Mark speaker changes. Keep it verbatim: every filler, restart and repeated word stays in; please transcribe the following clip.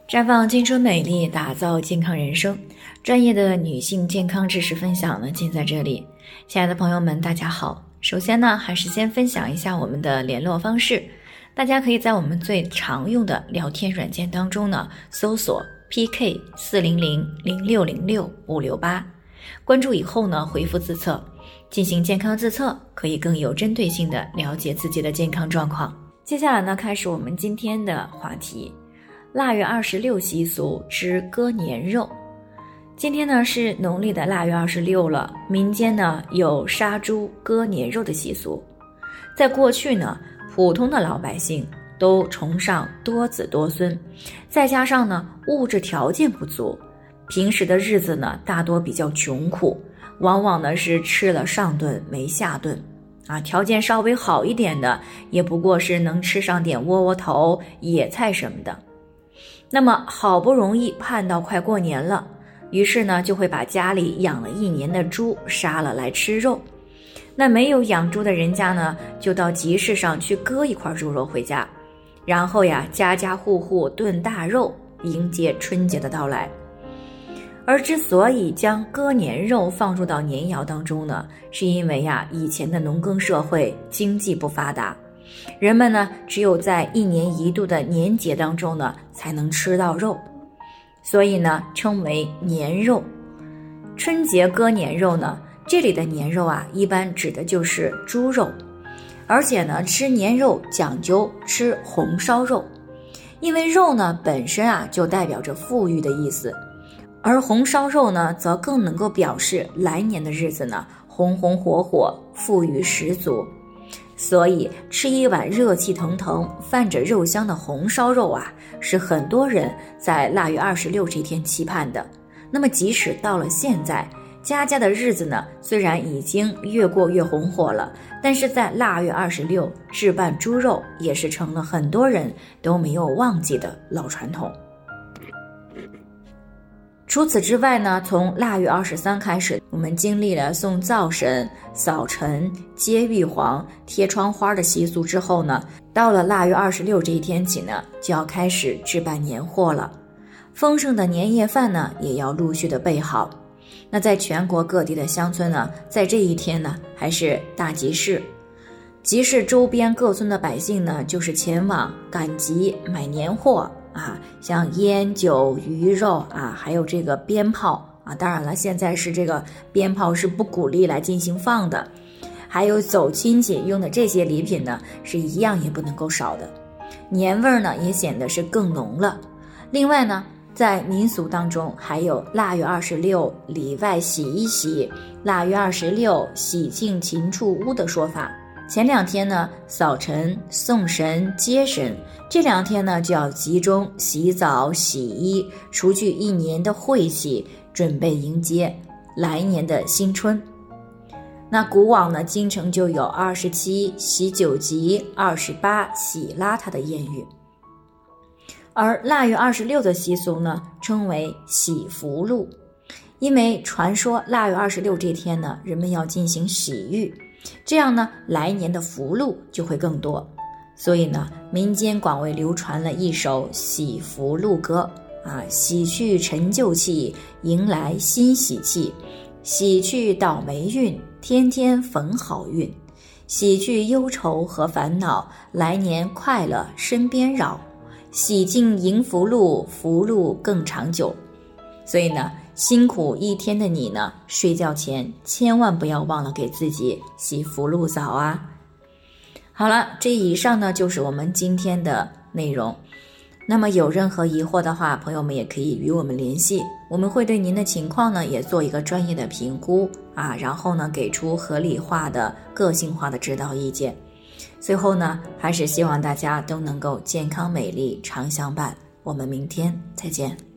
Speaker 1: 绽放青春美丽，打造健康人生。专业的女性健康知识分享呢，尽在这里。亲爱的朋友们，大家好。首先呢，还是先分享一下我们的联络方式。大家可以在我们最常用的聊天软件当中呢，搜索 P K 四零零零六零六五六八，关注以后呢，回复自测，进行健康自测，可以更有针对性的了解自己的健康状况。接下来呢，开始我们今天的话题。腊月二十六习俗之割年肉。今天呢是农历的腊月二十六了，民间呢有杀猪割年肉的习俗。在过去呢，普通的老百姓都崇尚多子多孙，再加上呢物质条件不足，平时的日子呢大多比较穷苦，往往呢是吃了上顿没下顿啊，条件稍微好一点的，也不过是能吃上点窝窝头、野菜什么的。那么好不容易盼到快过年了，于是呢就会把家里养了一年的猪杀了来吃肉。那没有养猪的人家呢，就到集市上去割一块猪肉回家，然后呀家家户户炖大肉，迎接春节的到来。而之所以将割年肉放入到年肴当中呢，是因为呀以前的农耕社会经济不发达，人们呢只有在一年一度的年节当中呢才能吃到肉，所以呢称为年肉。春节割年肉呢，这里的年肉啊一般指的就是猪肉，而且呢吃年肉讲究吃红烧肉，因为肉呢本身啊就代表着富裕的意思，而红烧肉呢则更能够表示来年的日子呢红红火火，富裕十足。所以吃一碗热气腾腾泛着肉香的红烧肉啊，是很多人在腊月二十六这天期盼的。那么即使到了现在，家家的日子呢虽然已经越过越红火了，但是在腊月二十六置办猪肉也是成了很多人都没有忘记的老传统。除此之外呢，从腊月二十三开始，我们经历了送灶神、扫尘、接玉皇、贴窗花的习俗之后呢，到了腊月二十六这一天起呢，就要开始置办年货了。丰盛的年夜饭呢，也要陆续的备好。那在全国各地的乡村呢，在这一天呢，还是大集市。集市周边各村的百姓呢，就是前往赶集买年货啊，像烟酒鱼肉啊，还有这个鞭炮啊，当然了，现在是这个鞭炮是不鼓励来进行放的，还有走亲戚用的这些礼品呢，是一样也不能够少的，年味儿呢也显得是更浓了。另外呢，在民俗当中还有腊月二十六里外洗一洗，腊月二十六洗净禽畜污的说法。前两天呢扫尘、送神、接神，这两天呢就要集中洗澡洗衣，除去一年的晦气，准备迎接来年的新春。那古往呢，京城就有二十七洗九吉，二十八洗邋遢的谚语。而腊月二十六的习俗呢，称为洗福禄，因为传说腊月二十六这天呢，人们要进行洗浴，这样呢，来年的福禄就会更多。所以呢，民间广为流传了一首洗福禄歌啊，洗去陈旧气，迎来新喜气，洗去倒霉运，天天逢好运，洗去忧愁和烦恼，来年快乐身边绕，洗净迎福禄，福禄更长久。所以呢，辛苦一天的你呢，睡觉前千万不要忘了给自己洗福禄澡啊。好了，这以上呢就是我们今天的内容。那么有任何疑惑的话，朋友们也可以与我们联系，我们会对您的情况呢也做一个专业的评估啊，然后呢给出合理化的个性化的指导意见。最后呢，还是希望大家都能够健康美丽常相伴，我们明天再见。